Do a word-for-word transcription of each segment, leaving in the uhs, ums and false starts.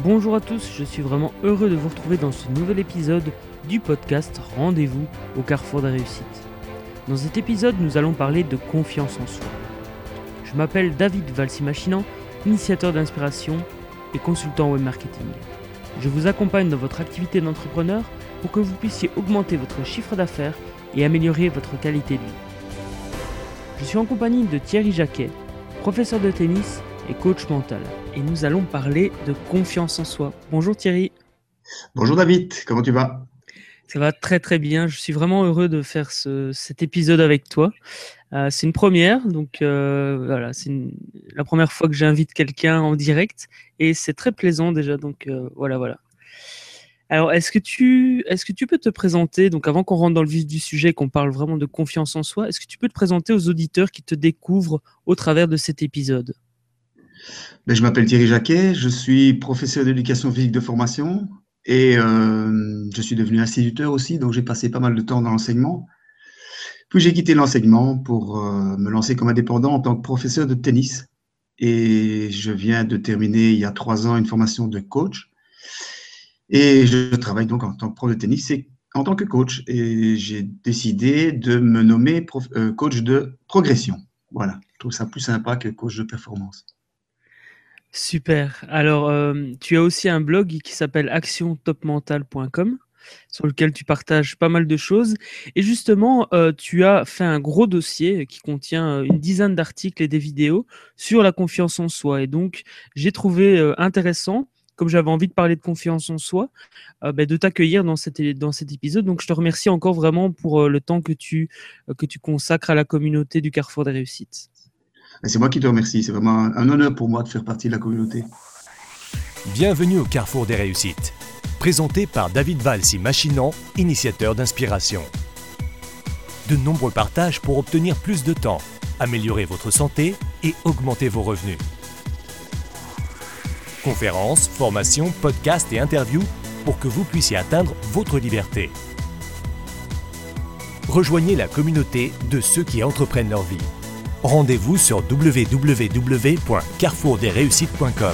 Bonjour à tous, je suis vraiment heureux de vous retrouver dans ce nouvel épisode du podcast Rendez-vous au carrefour des réussites. Dans cet épisode, nous allons parler de confiance en soi. Je m'appelle David Valsi-Machinant, initiateur d'inspiration et consultant web marketing. Je vous accompagne dans votre activité d'entrepreneur pour que vous puissiez augmenter votre chiffre d'affaires et améliorer votre qualité de vie. Je suis en compagnie de Thierry Jacquet, professeur de tennis et coach mental. Et nous allons parler de confiance en soi. Bonjour Thierry. Bonjour David, comment tu vas ? Ça va très très bien. Je suis vraiment heureux de faire ce, cet épisode avec toi. Euh, c'est une première, donc euh, voilà, c'est une, la première fois que j'invite quelqu'un en direct et c'est très plaisant déjà. Donc euh, voilà, voilà. Alors, est-ce que tu, est-ce que tu peux te présenter, donc avant qu'on rentre dans le vif du sujet, qu'on parle vraiment de confiance en soi, est-ce que tu peux te présenter aux auditeurs qui te découvrent au travers de cet épisode ? Ben, je m'appelle Thierry Jacquet, je suis professeur d'éducation physique de formation et euh, je suis devenu instituteur aussi, donc j'ai passé pas mal de temps dans l'enseignement. Puis j'ai quitté l'enseignement pour euh, me lancer comme indépendant en tant que professeur de tennis. Et je viens de terminer il y a trois ans une formation de coach. Et je travaille donc en tant que prof de tennis et en tant que coach. Et j'ai décidé de me nommer prof, euh, coach de progression. Voilà, je trouve ça plus sympa que coach de performance. Super. Alors, euh, tu as aussi un blog qui s'appelle action top mental point com sur lequel tu partages pas mal de choses. Et justement, euh, tu as fait un gros dossier qui contient une dizaine d'articles et des vidéos sur la confiance en soi. Et donc, j'ai trouvé euh, intéressant, comme j'avais envie de parler de confiance en soi, euh, ben, de t'accueillir dans cet, dans cet épisode. Donc, je te remercie encore vraiment pour euh, le temps que tu, euh, que tu consacres à la communauté du Carrefour des Réussites. C'est moi qui te remercie. C'est vraiment un honneur pour moi de faire partie de la communauté. Bienvenue au Carrefour des Réussites, présenté par David Valsi-Machinant, initiateur d'inspiration. De nombreux partages pour obtenir plus de temps, améliorer votre santé et augmenter vos revenus. Conférences, formations, podcasts et interviews pour que vous puissiez atteindre votre liberté. Rejoignez la communauté de ceux qui entreprennent leur vie. Rendez-vous sur w w w point carrefour des réussites point com.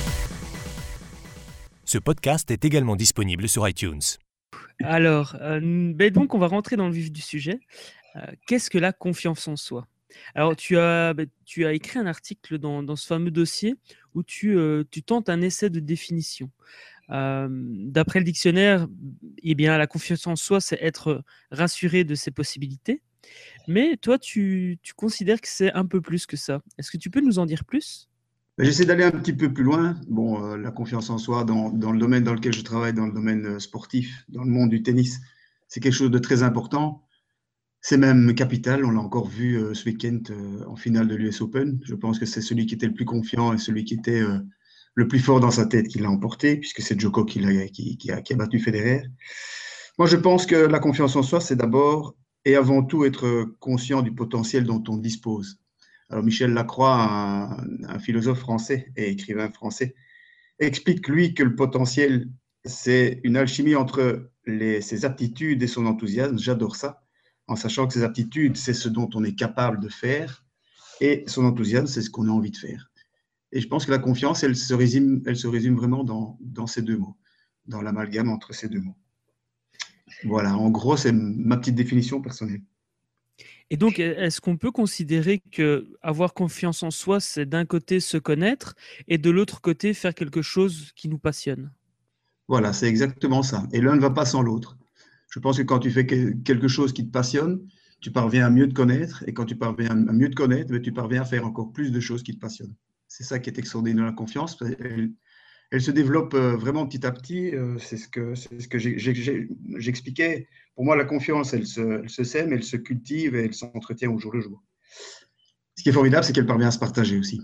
Ce podcast est également disponible sur iTunes. Alors, euh, ben donc on va rentrer dans le vif du sujet. Euh, qu'est-ce que la confiance en soi ? Alors, tu as, ben, tu as écrit un article dans, dans ce fameux dossier où tu, euh, tu tentes un essai de définition. Euh, d'après le dictionnaire, eh bien, la confiance en soi, c'est être rassuré de ses possibilités. Mais toi, tu, tu considères que c'est un peu plus que ça. Est-ce que tu peux nous en dire plus ? J'essaie d'aller un petit peu plus loin. Bon, euh, la confiance en soi dans, dans le domaine dans lequel je travaille, dans le domaine euh, sportif, dans le monde du tennis, c'est quelque chose de très important. C'est même capital. On l'a encore vu euh, ce week-end euh, en finale de l'U S Open. Je pense que c'est celui qui était le plus confiant et celui qui était euh, le plus fort dans sa tête qui l'a emporté, puisque c'est Djoko qui, l'a, qui, qui, a, qui a battu Federer. Moi, je pense que la confiance en soi, c'est d'abord et avant tout être conscient du potentiel dont on dispose. Alors, Michel Lacroix, un, un philosophe français et écrivain français, explique, lui, que le potentiel, c'est une alchimie entre les, ses aptitudes et son enthousiasme. J'adore ça, en sachant que ses aptitudes, c'est ce dont on est capable de faire, et son enthousiasme, c'est ce qu'on a envie de faire. Et je pense que la confiance, elle se résume, elle se résume vraiment dans, dans ces deux mots, dans l'amalgame entre ces deux mots. Voilà, en gros, c'est ma petite définition personnelle. Et donc, est-ce qu'on peut considérer que avoir confiance en soi, c'est d'un côté se connaître et de l'autre côté faire quelque chose qui nous passionne ? Voilà, c'est exactement ça. Et l'un ne va pas sans l'autre. Je pense que quand tu fais quelque chose qui te passionne, tu parviens à mieux te connaître. Et quand tu parviens à mieux te connaître, tu parviens à faire encore plus de choses qui te passionnent. C'est ça qui est extraordinaire dans la confiance. Elle, elle se développe vraiment petit à petit. C'est ce que, c'est ce que j'ai, j'ai, j'expliquais. Pour moi, la confiance, elle se, elle se sème, elle se cultive et elle s'entretient au jour le jour. Ce qui est formidable, c'est qu'elle parvient à se partager aussi.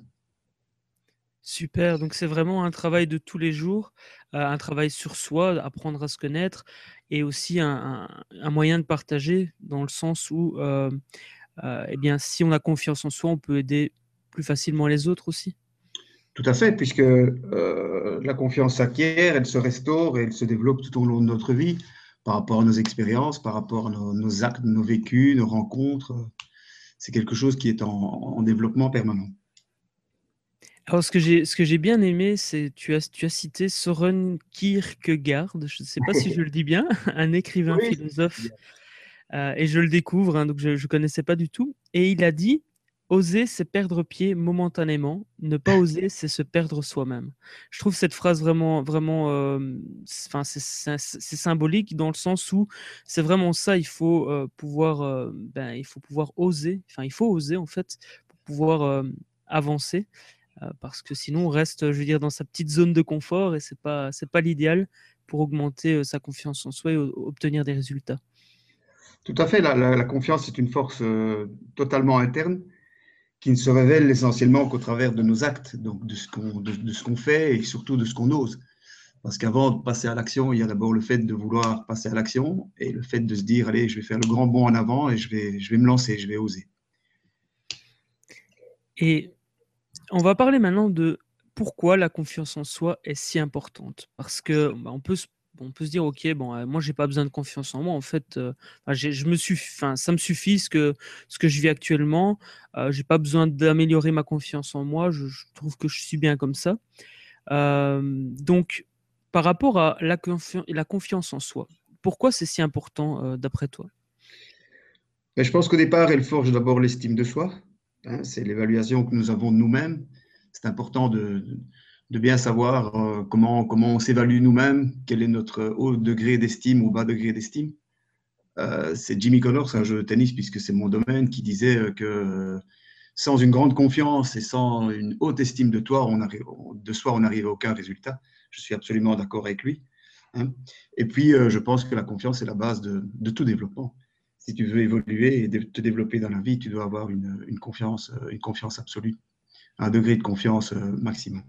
Super, donc c'est vraiment un travail de tous les jours, euh, un travail sur soi, apprendre à se connaître, et aussi un, un, un moyen de partager dans le sens où, euh, euh, eh bien, si on a confiance en soi, on peut aider plus facilement les autres aussi. Tout à fait, puisque euh, la confiance s'acquiert, elle se restaure et elle se développe tout au long de notre vie par rapport à nos expériences, par rapport à nos, nos actes, nos vécus, nos rencontres. C'est quelque chose qui est en, en développement permanent. Alors, ce que j'ai, ce que j'ai bien aimé, c'est tu as, tu as cité Søren Kierkegaard, je ne sais pas si je le dis bien, un écrivain Oui, c'est philosophe, bien. euh, et je le découvre, hein, donc je ne connaissais pas du tout. Et il a dit, oser, c'est perdre pied momentanément, ne pas oser, c'est se perdre soi-même. Je trouve cette phrase vraiment, vraiment, euh, c'est- enfin, c'est, c'est- c'est symbolique dans le sens où c'est vraiment ça, il faut euh, pouvoir, euh, ben, il faut pouvoir oser, enfin, il faut oser en fait pour pouvoir euh, avancer. Euh, parce que sinon on reste, je veux dire, dans sa petite zone de confort et c'est pas, c'est pas l'idéal pour augmenter euh, sa confiance en soi et o- obtenir des résultats. Tout à fait, la, la- la confiance est une force euh, totalement interne qui ne se révèle essentiellement qu'au travers de nos actes, donc de ce qu'on de, de ce qu'on fait et surtout de ce qu'on ose. Parce qu'avant de passer à l'action, il y a d'abord le fait de vouloir passer à l'action et le fait de se dire, allez, je vais faire le grand bond en avant et je vais, je vais me lancer, je vais oser. Et on va parler maintenant de pourquoi la confiance en soi est si importante. Parce que bah, on peut se, on peut se dire, ok, bon, euh, moi j'ai pas besoin de confiance en moi. En fait, euh, enfin, j'ai- je me suis, enfin, ça me suffit ce que ce que je vis actuellement. Euh, j'ai pas besoin d'améliorer ma confiance en moi. Je, je trouve que je suis bien comme ça. Euh, donc, par rapport à la, confi- la confiance en soi, pourquoi c'est si important euh, d'après toi? Mais je pense qu'au départ, elle forge d'abord l'estime de soi. Hein, c'est l'évaluation que nous avons de nous-mêmes. C'est important de, de bien savoir euh, comment, comment on s'évalue nous-mêmes, quel est notre haut degré d'estime ou bas degré d'estime. Euh, c'est Jimmy Connors, un jeu de tennis, puisque c'est mon domaine, qui disait euh, que euh, sans une grande confiance et sans une haute estime de, toi, on arrive, de soi, on n'arrive à aucun résultat. Je suis absolument d'accord avec lui. Hein. Et puis, euh, je pense que la confiance est la base de, de tout développement. Si tu veux évoluer et te développer dans la vie, tu dois avoir une, une confiance, euh, une confiance absolue, un degré de confiance euh, maximum.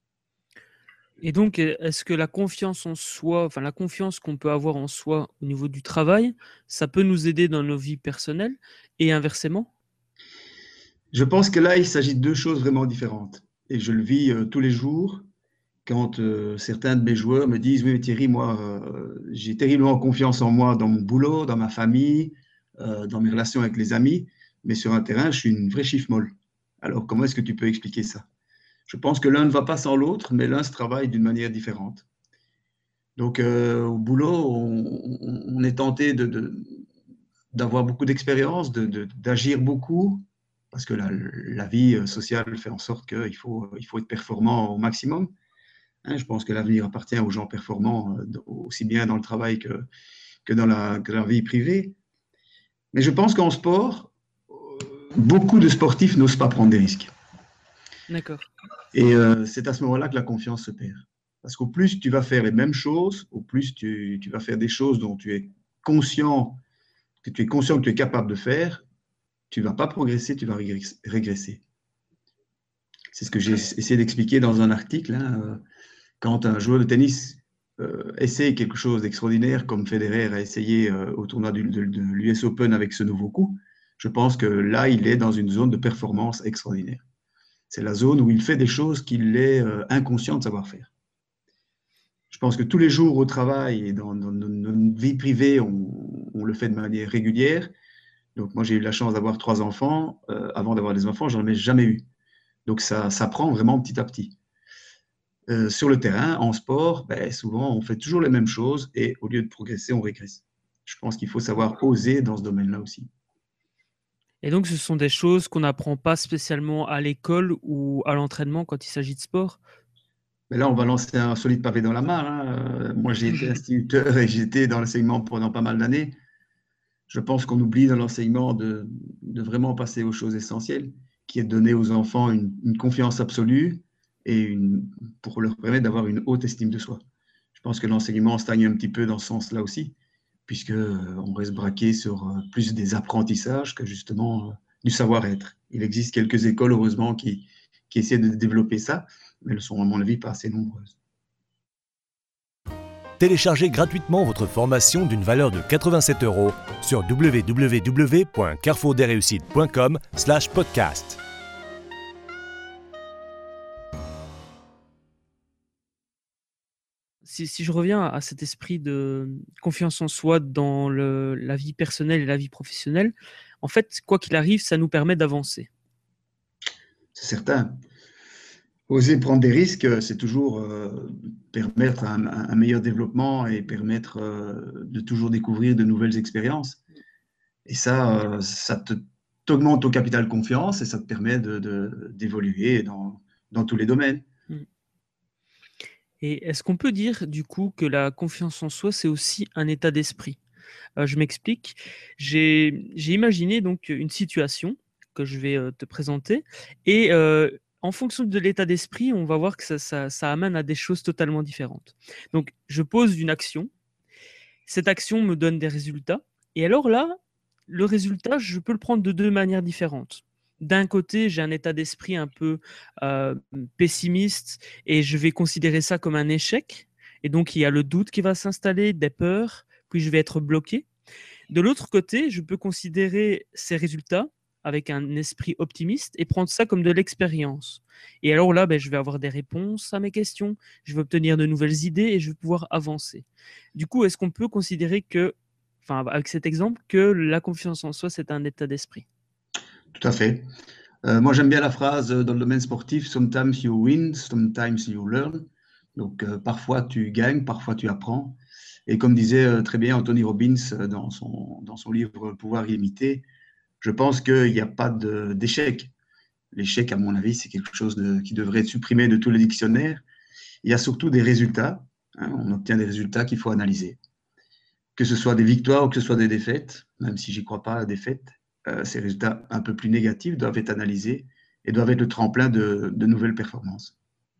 Et donc, euh, est-ce que la confiance en soi, enfin la confiance qu'on peut avoir en soi au niveau du travail, ça peut nous aider dans nos vies personnelles et inversement? Je pense que là, il s'agit de deux choses vraiment différentes. Et je le vis euh, tous les jours quand euh, certains de mes joueurs me disent, oui, mais Thierry, moi, euh, j'ai terriblement confiance en moi dans mon boulot, dans ma famille, euh, dans mes relations avec les amis, mais sur un terrain, je suis une vraie chiffre molle. Alors, comment est-ce que tu peux expliquer ça? Je pense que l'un ne va pas sans l'autre, mais l'un se travaille d'une manière différente. Donc, euh, au boulot, on, on est tenté de, de, d'avoir beaucoup d'expérience, de, de, d'agir beaucoup, parce que la, la, vie sociale fait en sorte qu'il faut, il faut être performant au maximum. Hein, je pense que l'avenir appartient aux gens performants, euh, aussi bien dans le travail que, que, dans la, que dans la vie privée. Mais je pense qu'en sport, beaucoup de sportifs n'osent pas prendre des risques. D'accord. Et euh, c'est à ce moment-là que la confiance se perd. Parce qu'au plus tu vas faire les mêmes choses, au plus tu, tu vas faire des choses dont tu es conscient, que tu es conscient que tu es capable de faire, tu ne vas pas progresser, tu vas régresser. C'est ce que j'ai essayé d'expliquer dans un article. Hein. Quand un joueur de tennis euh, essaie quelque chose d'extraordinaire, comme Federer a essayé euh, au tournoi du, de, de l'U S Open avec ce nouveau coup, je pense que là, il est dans une zone de performance extraordinaire. C'est la zone où il fait des choses qu'il est euh, inconscient de savoir faire. Je pense que tous les jours au travail et dans, dans, dans notre vie privée, on, on, le fait de manière régulière. Donc moi, j'ai eu la chance d'avoir trois enfants. Euh, avant d'avoir des enfants, j'en ai jamais eu. Donc ça, ça prend vraiment petit à petit. Euh, sur le terrain, en sport, ben, souvent on fait toujours les mêmes choses et au lieu de progresser, on régresse. Je pense qu'il faut savoir oser dans ce domaine-là aussi. Et donc, ce sont des choses qu'on n'apprend pas spécialement à l'école ou à l'entraînement quand il s'agit de sport. Mais là, on va lancer un solide pavé dans la mare. Hein. Moi, j'ai été instituteur et j'étais dans l'enseignement pendant pas mal d'années. Je pense qu'on oublie dans l'enseignement de, de, vraiment passer aux choses essentielles, qui est de donner aux enfants une, une confiance absolue et une, pour leur permettre d'avoir une haute estime de soi. Je pense que l'enseignement stagne un petit peu dans ce sens-là aussi, puisqu'on reste braqué sur plus des apprentissages que justement du savoir-être. Il existe quelques écoles, heureusement, qui, qui essaient de développer ça, mais elles sont, à mon avis, pas assez nombreuses. Téléchargez gratuitement votre formation d'une valeur de quatre-vingt-sept euros sur w w w point carrefour des réussites point com slash podcast. Si, si je reviens à cet esprit de confiance en soi dans le, la vie personnelle et la vie professionnelle, en fait, quoi qu'il arrive, ça nous permet d'avancer. C'est certain. Oser prendre des risques, euh, c'est toujours euh, permettre un, un meilleur développement et permettre euh, de toujours découvrir de nouvelles expériences. Et ça, euh, ça te, t'augmente ton capital confiance et ça te permet de, de- d'évoluer dans, dans tous les domaines. Mm. Et est-ce qu'on peut dire du coup que la confiance en soi, c'est aussi un état d'esprit? Euh, je m'explique. J'ai j'ai imaginé donc une situation que je vais euh, te présenter et euh, en fonction de l'état d'esprit, on va voir que ça, ça, ça amène à des choses totalement différentes. Donc, je pose une action, cette action me donne des résultats et alors là, le résultat, je peux le prendre de deux manières différentes. D'un côté, j'ai un état d'esprit un peu euh, pessimiste et je vais considérer ça comme un échec. Et donc, il y a le doute qui va s'installer, des peurs, puis je vais être bloqué. De l'autre côté, je peux considérer ces résultats avec un esprit optimiste et prendre ça comme de l'expérience. Et alors là, ben, je vais avoir des réponses à mes questions, je vais obtenir de nouvelles idées et je vais pouvoir avancer. Du coup, est-ce qu'on peut considérer que, enfin, avec cet exemple, que la confiance en soi, c'est un état d'esprit? Tout à fait. Euh, moi, j'aime bien la phrase euh, dans le domaine sportif, Sometimes you win, sometimes you learn. Donc, euh, parfois tu gagnes, parfois tu apprends. Et comme disait euh, très bien Anthony Robbins euh, dans son, dans son livre Pouvoir illimité, je pense qu'il n'y a pas de- d'échec. L'échec, à mon avis, c'est quelque chose de- qui devrait être supprimé de tous les dictionnaires. Il y a surtout des résultats, hein, on obtient des résultats qu'il faut analyser. Que ce soit des victoires ou que ce soit des défaites, même si j'y crois pas à la défaite, euh, ces résultats un peu plus négatifs doivent être analysés et doivent être le tremplin de, de nouvelles performances.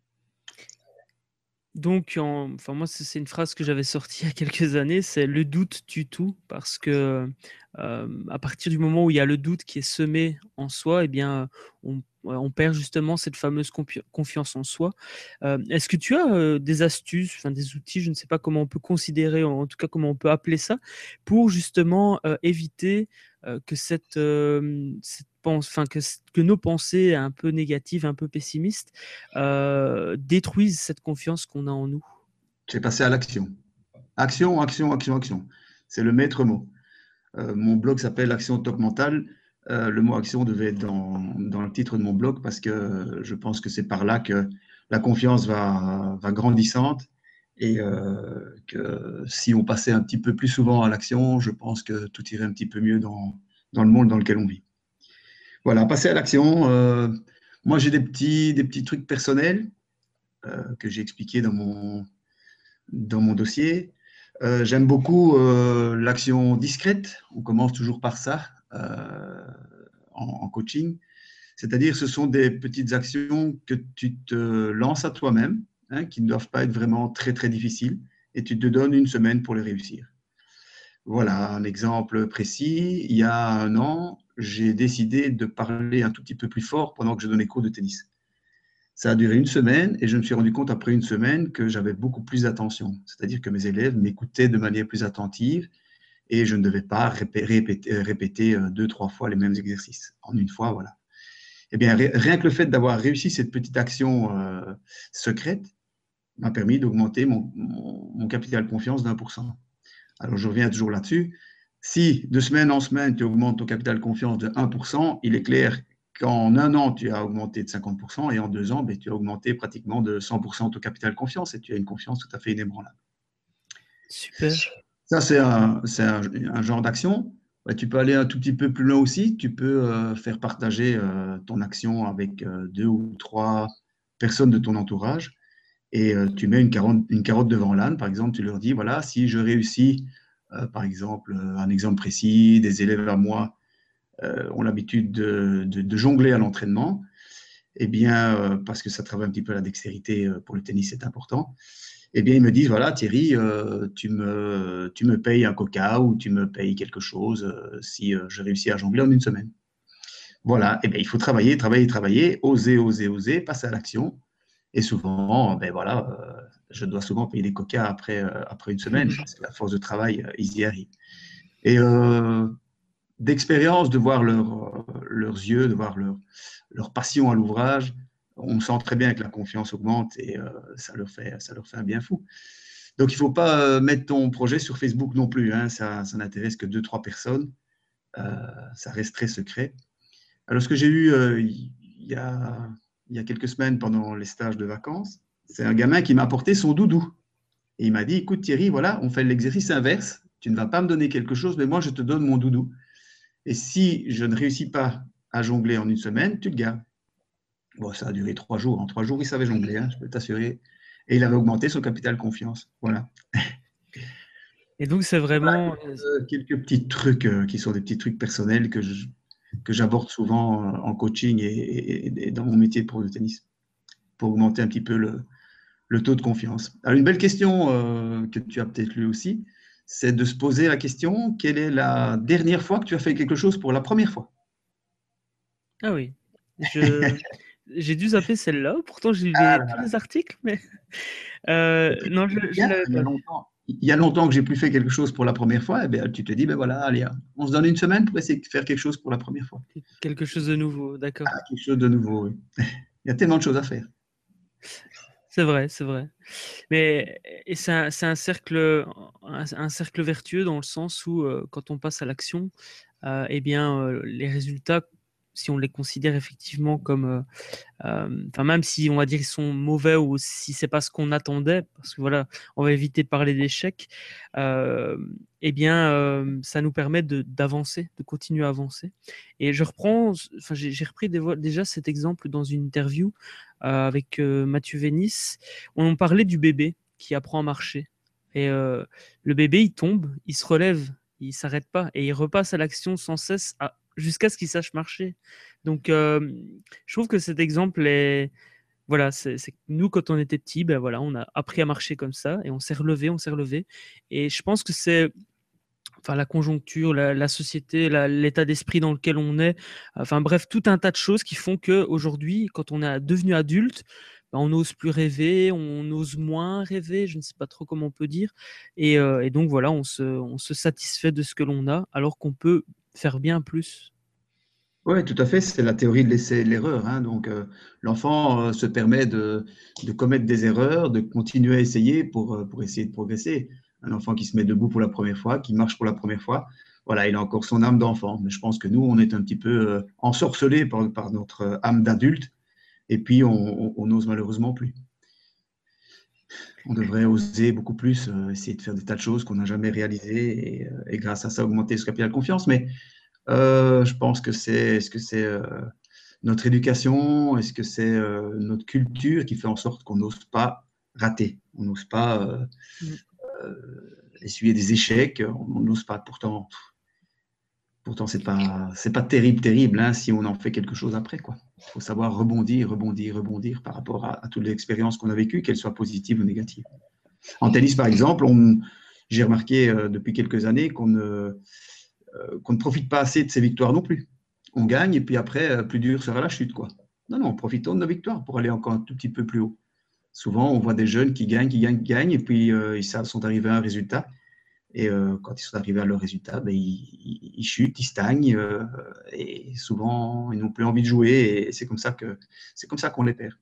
Donc, en- enfin, moi, c'est c'est une phrase que j'avais sortie il y a quelques années, c'est le doute tue tout, parce que euh, à partir du moment où il y a le doute qui est semé en soi, eh bien, on, ouais, on perd justement cette fameuse confi- confiance en soi. Euh, est-ce que tu as euh, des astuces, enfin des outils, je ne sais pas comment on peut considérer, en tout cas comment on peut appeler ça, pour justement euh, éviter euh, que cette, euh, cette pense, enfin que, que nos pensées un peu négatives, un peu pessimistes euh, détruisent cette confiance qu'on a en nous. J'ai passé à l'action. Action, action, action, action. C'est le maître mot. Euh, mon blog s'appelle Action Top Mental. Euh, le mot action devait être dans, dans le titre de mon blog parce que je pense que c'est par là que la confiance va, va grandissante et euh, que si on passait un petit peu plus souvent à l'action, je pense que tout irait un petit peu mieux dans, dans le monde dans lequel on vit. Voilà, passer à l'action. Euh, moi, j'ai des petits, des petits trucs personnels euh, que j'ai expliqués dans mon, dans mon dossier. Euh, j'aime beaucoup euh, l'action discrète. On commence toujours par ça euh, en, en coaching. C'est-à-dire, ce sont des petites actions que tu te lances à toi-même, hein, qui ne doivent pas être vraiment très, très difficiles, et tu te donnes une semaine pour les réussir. Voilà un exemple précis. Il y a un an, j'ai décidé de parler un tout petit peu plus fort pendant que je donnais cours de tennis. Ça a duré une semaine et je me suis rendu compte après une semaine que j'avais beaucoup plus d'attention. C'est-à-dire que mes élèves m'écoutaient de manière plus attentive et je ne devais pas répé- répéter, répéter euh, deux, trois fois les mêmes exercices. En une fois, voilà. Eh bien, rien que le fait d'avoir réussi cette petite action euh, secrète m'a permis d'augmenter mon, mon, mon capital confiance d'un pour cent. Alors, je reviens toujours là-dessus. Si de semaine en semaine, tu augmentes ton capital confiance de un pour cent, il est clair qu'en un an, tu as augmenté de cinquante pour cent et en deux ans, ben, tu as augmenté pratiquement de cent pour cent ton capital confiance et tu as une confiance tout à fait inébranlable. Super. Ça, c'est un, c'est un, un genre d'action. Ben, tu peux aller un tout petit peu plus loin aussi. Tu peux euh, faire partager euh, ton action avec euh, deux ou trois personnes de ton entourage et euh, tu mets une carotte, une carotte devant l'âne. Par exemple, tu leur dis, voilà, si je réussis, euh, par exemple, euh, un exemple précis, des élèves à moi euh, ont l'habitude de, de, de jongler à l'entraînement, eh bien, euh, parce que ça travaille un petit peu la dextérité euh, pour le tennis, c'est important. Eh bien, ils me disent, voilà, Thierry, euh, tu, me, tu me payes un coca ou tu me payes quelque chose euh, si euh, je réussis à jongler en une semaine. Voilà, eh bien, il faut travailler, travailler, travailler, oser, oser, oser, passer à l'action. Et souvent, ben voilà, euh, je dois souvent payer des coca après, euh, après une semaine, parce que la force de travail, euh, ils y arrivent. Et euh, d'expérience, de voir leur, leurs yeux, de voir leur, leur passion à l'ouvrage, on sent très bien que la confiance augmente et euh, ça, leur fait, ça leur fait un bien fou. Donc, il ne faut pas euh, mettre ton projet sur Facebook non plus, hein, ça, ça n'intéresse que deux, trois personnes, euh, ça reste très secret. Alors, ce que j'ai eu euh, il y a il y a quelques semaines pendant les stages de vacances. C'est un gamin qui m'a apporté son doudou. Et il m'a dit, écoute Thierry, voilà, on fait l'exercice inverse. Tu ne vas pas me donner quelque chose, mais moi, je te donne mon doudou. Et si je ne réussis pas à jongler en une semaine, tu le gardes. Bon, ça a duré trois jours. En trois jours, il savait jongler, hein, je peux t'assurer. Et il avait augmenté son capital confiance. Voilà. Et donc, c'est vraiment… Voilà, euh, quelques petits trucs euh, qui sont des petits trucs personnels que, je, que j'aborde souvent euh, en coaching et, et, et dans mon métier de pro de tennis pour augmenter un petit peu le, le taux de confiance. Alors, une belle question euh, que tu as peut-être lue aussi, c'est de se poser la question, quelle est la dernière fois que tu as fait quelque chose pour la première fois? Ah oui, je… j'ai dû zapper celle-là, pourtant j'ai lu Ah les- là tous là. les articles, mais… euh, non, je Il y ne a, l'avais il y a pas vu. longtemps, il y a longtemps que j'ai plus fait quelque chose pour la première fois, et bien, tu te dis, ben voilà, allez, on se donne une semaine pour essayer de faire quelque chose pour la première fois. Quelque chose de nouveau, Ah, d'accord. quelque chose de nouveau, oui. Il y a tellement de choses à faire. C'est vrai, c'est vrai. Mais et c'est un, c'est un cercle, un, un cercle vertueux dans le sens où euh, quand on passe à l'action, euh, eh bien, euh, les résultats, si on les considère effectivement comme, euh, euh, enfin même si on va dire ils sont mauvais ou si c'est pas ce qu'on attendait, parce que voilà, on va éviter de parler d'échecs, euh, eh bien, euh, ça nous permet de d'avancer, de continuer à avancer. Et je reprends, enfin j'ai j'ai repris des- déjà cet exemple dans une interview euh, avec euh, Mathieu Vénis. On parlait du bébé qui apprend à marcher. Et euh, le bébé, il tombe, il se relève, il s'arrête pas et il repasse à l'action sans cesse à- jusqu'à ce qu'il sache marcher. Donc, euh, je trouve que cet exemple est, voilà, c'est c'est que nous quand on était petits, ben voilà, on a appris à marcher comme ça et on s'est relevé, on s'est relevé. Et je pense que c'est, enfin, la conjoncture, la, la société, la- l'état d'esprit dans lequel on est, enfin bref, tout un tas de choses qui font que aujourd'hui, quand on est devenu adulte, ben, on n'ose plus rêver, on ose moins rêver, je ne sais pas trop comment on peut dire, et, euh, et donc voilà, on se, on se satisfait de ce que l'on a, alors qu'on peut faire bien plus. Oui, tout à fait. C'est la théorie de l'essai et de l'erreur, hein. Donc, euh, l'enfant euh, se permet de, de commettre des erreurs, de continuer à essayer pour, euh, pour essayer de progresser. Un enfant qui se met debout pour la première fois, qui marche pour la première fois, voilà, il a encore son âme d'enfant. Mais je pense que nous, on est un petit peu euh, ensorcelés par, par notre euh, âme d'adulte, et puis on, on, on n'ose malheureusement plus. On devrait oser beaucoup plus, euh, essayer de faire des tas de choses qu'on n'a jamais réalisées, et, euh, et grâce à ça, augmenter ce capital de confiance. Mais euh, je pense que c'est, est-ce que c'est euh, notre éducation, est-ce que c'est euh, notre culture qui fait en sorte qu'on n'ose pas rater, on n'ose pas euh, Mm. euh, essuyer des échecs, on n'ose pas. Pourtant, pourtant c'est pas, c'est pas terrible, terrible hein, si on en fait quelque chose après, quoi. Il faut savoir rebondir, rebondir, rebondir par rapport à, à toutes les expériences qu'on a vécues, qu'elles soient positives ou négatives. En tennis, par exemple, on, j'ai remarqué euh, depuis quelques années qu'on ne, euh, qu'on ne profite pas assez de ses victoires non plus. On gagne et puis après, euh, plus dur sera la chute, quoi. Non, non, profitons de nos victoires pour aller encore un tout petit peu plus haut. Souvent, on voit des jeunes qui gagnent, qui gagnent, qui gagnent, et puis euh, ils sont arrivés à un résultat. Et euh, quand ils sont arrivés à leur résultat, ben, ils, ils chutent, ils stagnent, euh, et souvent, ils n'ont plus envie de jouer, et c'est comme ça que c'est comme ça qu'on les perd.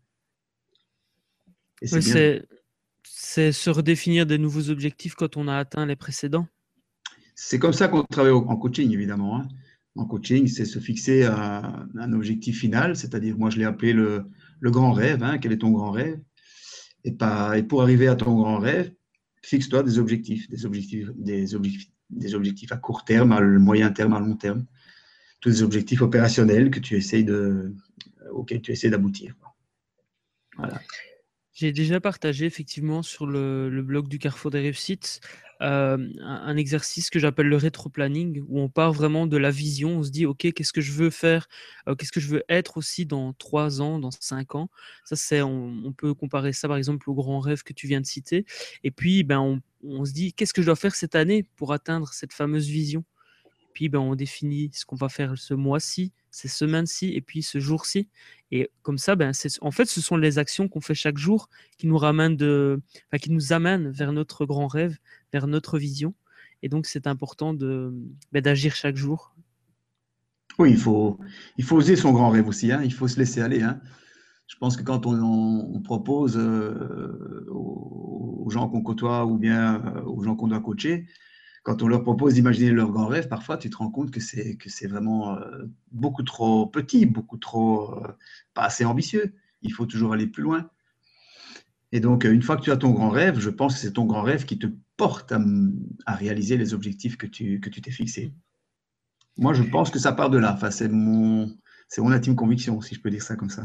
Et c'est Ouais, bien. c'est, c'est se redéfinir des nouveaux objectifs quand on a atteint les précédents. C'est comme ça qu'on travaille en coaching, évidemment, hein. En coaching, c'est se fixer un, un objectif final, c'est-à-dire, moi, je l'ai appelé le, le grand rêve. Hein. Quel est ton grand rêve? Et, pas, et pour arriver à ton grand rêve, fixe-toi des objectifs, des objectifs, des objectifs, des objectifs à court terme, à moyen terme, à long terme. Tous les objectifs opérationnels que tu essayes de, auxquels tu essaies d'aboutir. Voilà. J'ai déjà partagé effectivement sur le, le blog du Carrefour des Réussites euh, un, un exercice que j'appelle le rétro-planning, où on part vraiment de la vision, on se dit, OK, qu'est-ce que je veux faire, euh, qu'est-ce que je veux être aussi dans trois ans, dans cinq ans. Ça, c'est, on, on peut comparer ça par exemple au grand rêve que tu viens de citer. Et puis, ben, on, on se dit, qu'est-ce que je dois faire cette année pour atteindre cette fameuse vision? Puis ben, on définit ce qu'on va faire ce mois-ci, ces semaines-ci et puis ce jour-ci. Et comme ça, ben, c'est, en fait, ce sont les actions qu'on fait chaque jour qui nous ramènent de, enfin, qui nous amènent vers notre grand rêve, vers notre vision. Et donc, c'est important de, ben, d'agir chaque jour. Oui, il faut, il faut oser son grand rêve aussi. Hein. Il faut se laisser aller. Hein. Je pense que quand on, on, on propose euh, aux, aux gens qu'on côtoie ou bien euh, aux gens qu'on doit coacher, quand on leur propose d'imaginer leur grand rêve, parfois tu te rends compte que c'est, que c'est vraiment euh, beaucoup trop petit, beaucoup trop euh, pas assez ambitieux. il faut toujours aller plus loin. Et donc, une fois que tu as ton grand rêve, je pense que c'est ton grand rêve qui te porte à, à réaliser les objectifs que tu, que tu t'es fixés. Moi, je pense que ça part de là. Enfin, c'est mon, c'est mon intime conviction, si je peux dire ça comme ça.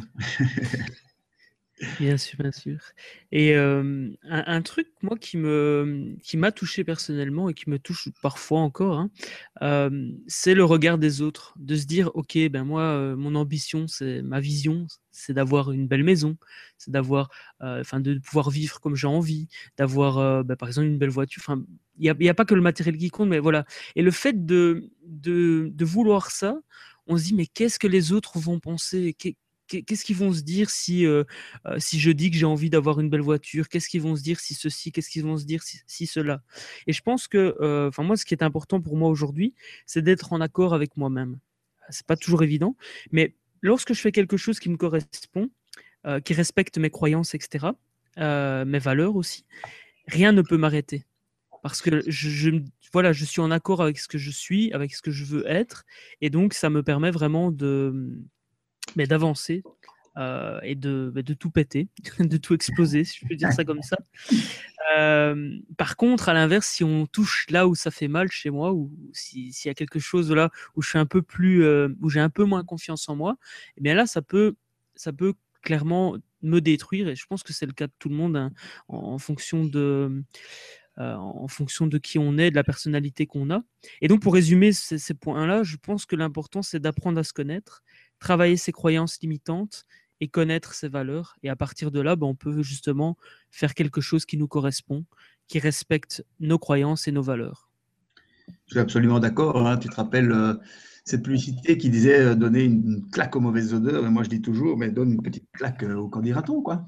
Bien sûr, bien sûr. Et euh, un, un truc, moi, qui me, qui m'a touché personnellement et qui me touche parfois encore, hein, euh, c'est le regard des autres. De se dire, OK, ben moi, euh, mon ambition, c'est ma vision, c'est d'avoir une belle maison, c'est d'avoir, euh, enfin, de pouvoir vivre comme j'ai envie, d'avoir, euh, ben, par exemple, une belle voiture. Enfin, il n'y a, il y a pas que le matériel qui compte, mais voilà. Et le fait de, de, de vouloir ça, on se dit, mais qu'est-ce que les autres vont penser? Qu'est- Qu'est-ce qu'ils vont se dire si, euh, euh, si je dis que j'ai envie d'avoir une belle voiture? Qu'est-ce qu'ils vont se dire si ceci? Qu'est-ce qu'ils vont se dire si, si cela? Et je pense que, euh, enfin moi, ce qui est important pour moi aujourd'hui, c'est d'être en accord avec moi-même. C'est pas toujours évident, mais lorsque je fais quelque chose qui me correspond, euh, qui respecte mes croyances, et cetera, euh, mes valeurs aussi, rien ne peut m'arrêter. Parce que je, je, voilà, je suis en accord avec ce que je suis, avec ce que je veux être, et donc ça me permet vraiment de mais d'avancer euh, et de, bah, de tout péter, de tout exploser, si je peux dire ça comme ça. Euh, par contre, à l'inverse, si on touche là où ça fait mal chez moi, ou si- s'il y a quelque chose là où je suis un peu plus, euh, où j'ai un peu moins confiance en moi, eh bien là, ça peut, ça peut clairement me détruire. Et je pense que c'est le cas de tout le monde, hein, en, en fonction de, euh, en fonction de qui on est, de la personnalité qu'on a. Et donc, pour résumer ces, ces points-là, je pense que l'important, c'est d'apprendre à se connaître, travailler ses croyances limitantes et connaître ses valeurs. Et à partir de là, ben, on peut justement faire quelque chose qui nous correspond, qui respecte nos croyances et nos valeurs. Je suis absolument d'accord. Hein. Tu te rappelles euh, cette publicité qui disait euh, donner une, une claque aux mauvaises odeurs. Et moi, je dis toujours, mais donne une petite claque euh, au candidaton, quoi.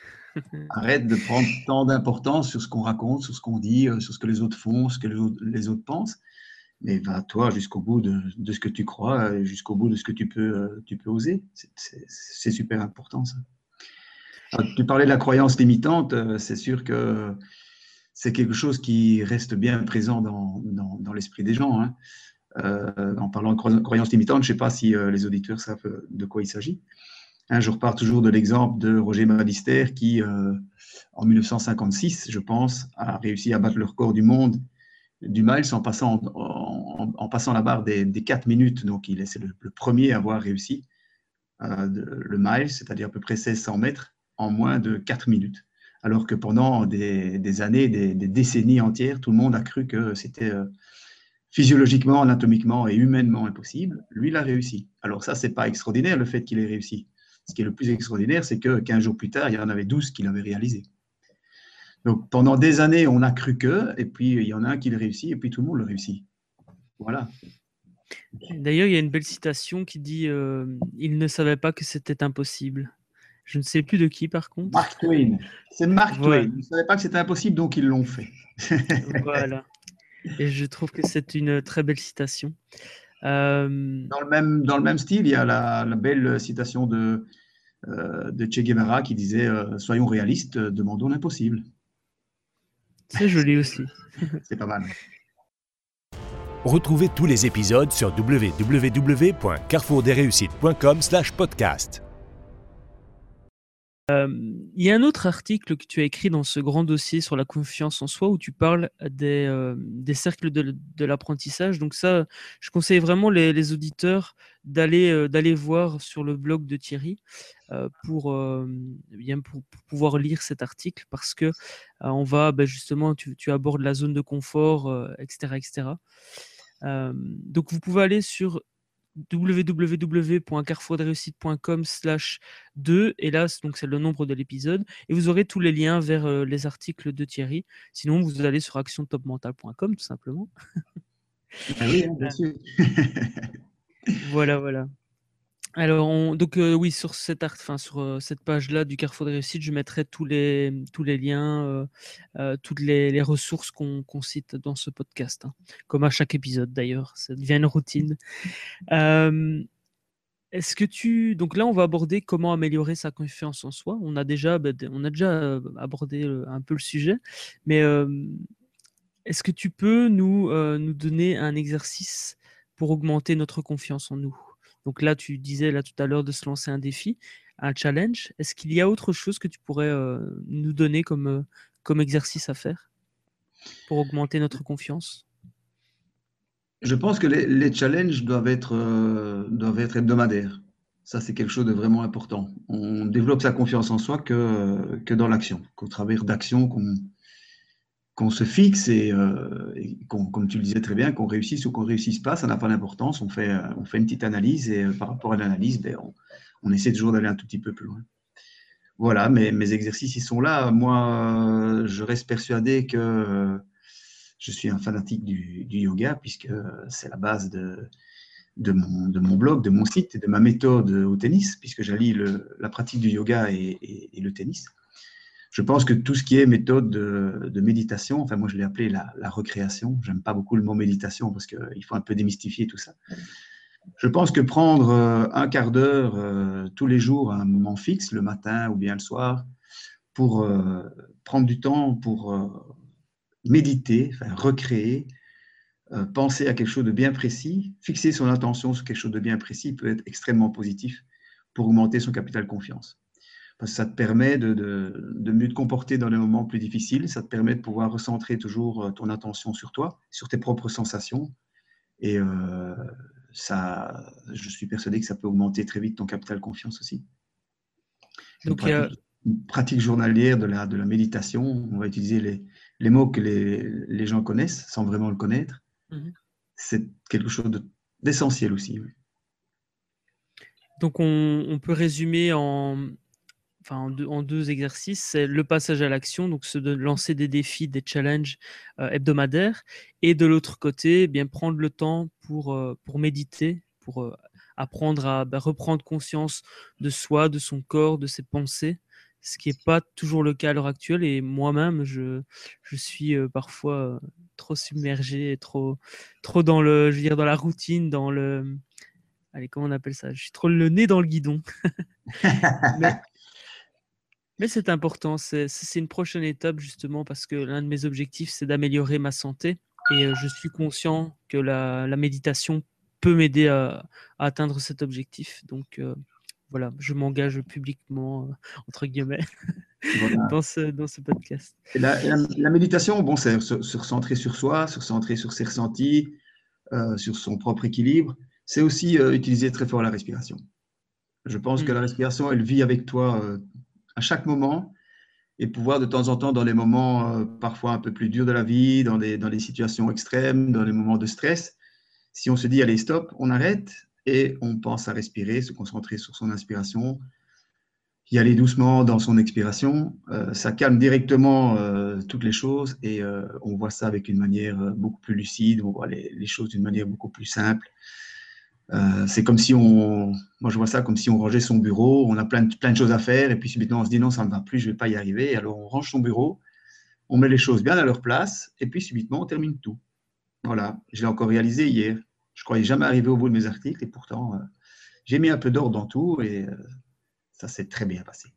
Arrête de prendre tant d'importance sur ce qu'on raconte, sur ce qu'on dit, euh, sur ce que les autres font, ce que les autres, les autres pensent. Mais va toi jusqu'au bout de, de ce que tu crois, euh, jusqu'au bout de ce que tu peux, euh, tu peux oser. C'est, c'est, c'est super important, ça. Alors, tu parlais de la croyance limitante. euh, C'est sûr que c'est quelque chose qui reste bien présent dans, dans, dans l'esprit des gens. Hein. Euh, en parlant de cro- croyance limitante, je ne sais pas si euh, les auditeurs savent de quoi il s'agit. Hein, je repars toujours de l'exemple de Roger Magister qui, euh, en mille neuf cent cinquante-six, je pense, a réussi à battre le record du monde du miles en passant, en, en, en passant la barre des, des quatre minutes. Donc, il est c'est le, le premier à avoir réussi euh, de, le mile, c'est-à-dire à peu près seize cents mètres, en moins de quatre minutes. Alors que pendant des, des années, des, des, décennies entières, tout le monde a cru que c'était euh, physiologiquement, anatomiquement et humainement impossible. Lui, il a réussi. Alors ça, c'est pas extraordinaire, le fait qu'il ait réussi. Ce qui est le plus extraordinaire, c'est que quinze jours plus tard, il y en avait douze qui l'avaient réalisé. Donc pendant des années, on a cru que, et puis il y en a un qui le réussit, et puis tout le monde le réussit. Voilà. D'ailleurs, il y a une belle citation qui dit euh, « Il ne savait pas que c'était impossible ». Je ne sais plus de qui, par contre. Mark Twain. C'est Mark Voilà. Twain. Ils ne savaient pas que c'était impossible, donc ils l'ont fait. Voilà. Et je trouve que c'est une très belle citation. Euh... Dans, le même, dans le même style, il y a la, la belle citation de, euh, de Che Guevara qui disait euh, « Soyons réalistes, demandons l'impossible ». C'est joli aussi. C'est pas mal. Retrouvez tous les épisodes sur w w w point carrefour des réussites point com slash podcast. Euh, il y a un autre article que tu as écrit dans ce grand dossier sur la confiance en soi où tu parles des, euh, des cercles de, de l'apprentissage. Donc ça, je conseille vraiment les, les auditeurs d'aller, euh, d'aller voir sur le blog de Thierry euh, pour, euh, bien pour, pour pouvoir lire cet article parce que euh, on va ben justement, tu, tu abordes la zone de confort, euh, et cetera, et cetera. Euh, donc vous pouvez aller sur w w w point carrefour des réussites point com slash deux et là donc c'est le nombre de l'épisode et vous aurez tous les liens vers euh, les articles de Thierry. Sinon vous allez sur action top mental point com tout simplement. Ah oui, bien sûr. Voilà, voilà. Alors, on, donc euh, oui, sur cette, art, enfin, sur euh, cette page-là du Carrefour des Réussites, je mettrai tous les, tous les liens, euh, euh, toutes les, les ressources qu'on, qu'on cite dans ce podcast, hein. Comme à chaque épisode d'ailleurs, ça devient une routine. Euh, est-ce que tu... Donc là, on va aborder comment améliorer sa confiance en soi. On a déjà, bah, on a déjà euh, abordé euh, un peu le sujet, mais euh, est-ce que tu peux nous, euh, nous donner un exercice pour augmenter notre confiance en nous? Donc là, tu disais là tout à l'heure de se lancer un défi. un challenge. Est-ce qu'il y a autre chose que tu pourrais euh, nous donner comme, euh, comme exercice à faire pour augmenter notre confiance? Je pense que les, les challenges doivent être, euh, doivent être hebdomadaires. Ça, c'est quelque chose de vraiment important. On développe sa confiance en soi que, que dans l'action, qu'au travers d'actions qu'on qu'on se fixe et, euh, et qu'on, comme tu le disais très bien, qu'on réussisse ou qu'on ne réussisse pas, ça n'a pas d'importance. On fait, on fait une petite analyse et euh, par rapport à l'analyse, ben, on, on essaie toujours d'aller un tout petit peu plus loin. Voilà, mes, mes exercices, ils sont là. Moi, je reste persuadé que euh, je suis un fanatique du, du yoga puisque c'est la base de, de, mon, de mon blog, de mon site et de ma méthode au tennis, puisque j'allie le, la pratique du yoga et, et, et le tennis. Je pense que tout ce qui est méthode de, de méditation, enfin moi je l'ai appelé la, la recréation, j'aime pas beaucoup le mot méditation parce qu'il faut un peu démystifier tout ça. Je pense que prendre euh, un quart d'heure euh, tous les jours à un moment fixe, le matin ou bien le soir, pour euh, prendre du temps pour euh, méditer, enfin, recréer, euh, penser à quelque chose de bien précis, fixer son attention sur quelque chose de bien précis peut être extrêmement positif pour augmenter son capital confiance. Parce que ça te permet de, de, de mieux te comporter dans les moments plus difficiles, ça te permet de pouvoir recentrer toujours ton attention sur toi, sur tes propres sensations. Et euh, ça, je suis persuadé que ça peut augmenter très vite ton capital confiance aussi. Une, Donc, pratique, euh, une pratique journalière de la, de la méditation, on va utiliser les, les mots que les, les gens connaissent sans vraiment le connaître. Mm-hmm. C'est quelque chose de, d'essentiel aussi. Oui. Donc, on, on peut résumer en... Enfin, en, deux, en deux exercices, c'est le passage à l'action, donc se de lancer des défis, des challenges euh, hebdomadaires, et de l'autre côté, eh bien prendre le temps pour, euh, pour méditer, pour euh, apprendre à bah, reprendre conscience de soi, de son corps, de ses pensées, ce qui n'est pas toujours le cas à l'heure actuelle. Et moi-même, je, je suis euh, parfois euh, trop submergé, trop, trop dans, le, je veux dire, dans la routine, dans le... Allez, comment on appelle ça? Je suis trop le nez dans le guidon. Mais... Mais c'est important, c'est, c'est une prochaine étape justement parce que l'un de mes objectifs, c'est d'améliorer ma santé et euh, je suis conscient que la, la méditation peut m'aider à, à atteindre cet objectif. Donc euh, voilà, je m'engage publiquement, euh, entre guillemets, voilà. dans, ce, dans ce podcast. La, la, la méditation, bon, c'est se, se recentrer sur soi, se recentrer sur ses ressentis, euh, sur son propre équilibre. C'est aussi euh, utiliser très fort la respiration. Je pense mmh. que la respiration, elle vit avec toi euh, à chaque moment et pouvoir de temps en temps, dans les moments euh, parfois un peu plus durs de la vie, dans des, dans des situations extrêmes, dans les moments de stress, si on se dit, allez, stop, on arrête et on pense à respirer, se concentrer sur son inspiration, y aller doucement dans son expiration, euh, ça calme directement euh, toutes les choses et euh, on voit ça avec une manière beaucoup plus lucide, on voit les, les choses d'une manière beaucoup plus simple. Euh, c'est comme si on, moi je vois ça comme si on rangeait son bureau, on a plein de, plein de choses à faire et puis subitement on se dit non, ça ne va plus, je ne vais pas y arriver. Alors on range son bureau, on met les choses bien à leur place et puis subitement on termine tout. Voilà, je l'ai encore réalisé hier. Je ne croyais jamais arriver au bout de mes articles et pourtant euh, j'ai mis un peu d'ordre dans tout et euh, ça s'est très bien passé.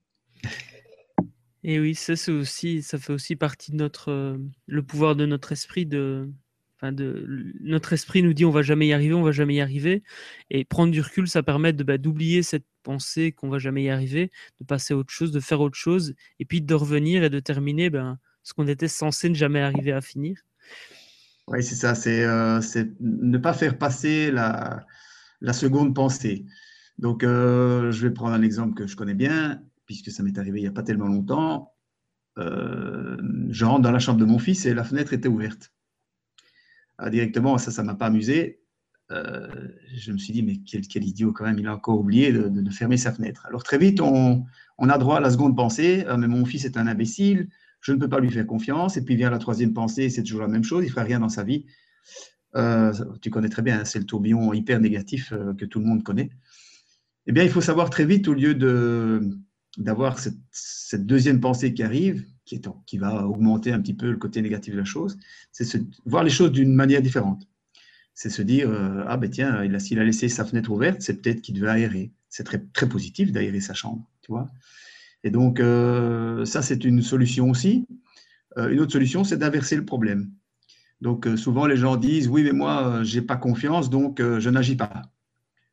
Et oui, ça, c'est aussi, ça fait aussi partie de notre, euh, le pouvoir de notre esprit de... Enfin de, notre esprit nous dit on va jamais y arriver, on va jamais y arriver. Et prendre du recul, ça permet de, bah, d'oublier cette pensée qu'on va jamais y arriver, de passer à autre chose, de faire autre chose, et puis de revenir et de terminer ben, ce qu'on était censé ne jamais arriver à finir. Oui, c'est ça, c'est, euh, c'est ne pas faire passer la, la seconde pensée. Donc, euh, je vais prendre un exemple que je connais bien, puisque ça m'est arrivé il n'y a pas tellement longtemps. Euh, je rentre dans la chambre de mon fils et la fenêtre était ouverte. Ah, directement, ça, ça ne m'a pas amusé. Euh, je me suis dit, mais quel, quel idiot quand même, il a encore oublié de, de, de fermer sa fenêtre. Alors très vite, on, on a droit à la seconde pensée, ah, mais mon fils est un imbécile, je ne peux pas lui faire confiance. Et puis vient la troisième pensée, c'est toujours la même chose, il ne fera rien dans sa vie. Euh, tu connais très bien, hein, c'est le tourbillon hyper négatif euh, que tout le monde connaît. Eh bien, il faut savoir très vite, au lieu de, d'avoir cette, cette deuxième pensée qui arrive, qui, est, qui va augmenter un petit peu le côté négatif de la chose, c'est se, voir les choses d'une manière différente. C'est se dire, euh, ah ben tiens, il a, s'il a laissé sa fenêtre ouverte, c'est peut-être qu'il devait aérer. C'est très, très positif d'aérer sa chambre, tu vois. Et donc, euh, ça, c'est une solution aussi. Euh, une autre solution, c'est d'inverser le problème. Donc, euh, souvent, les gens disent, oui, mais moi, euh, je n'ai pas confiance, donc euh, je n'agis pas.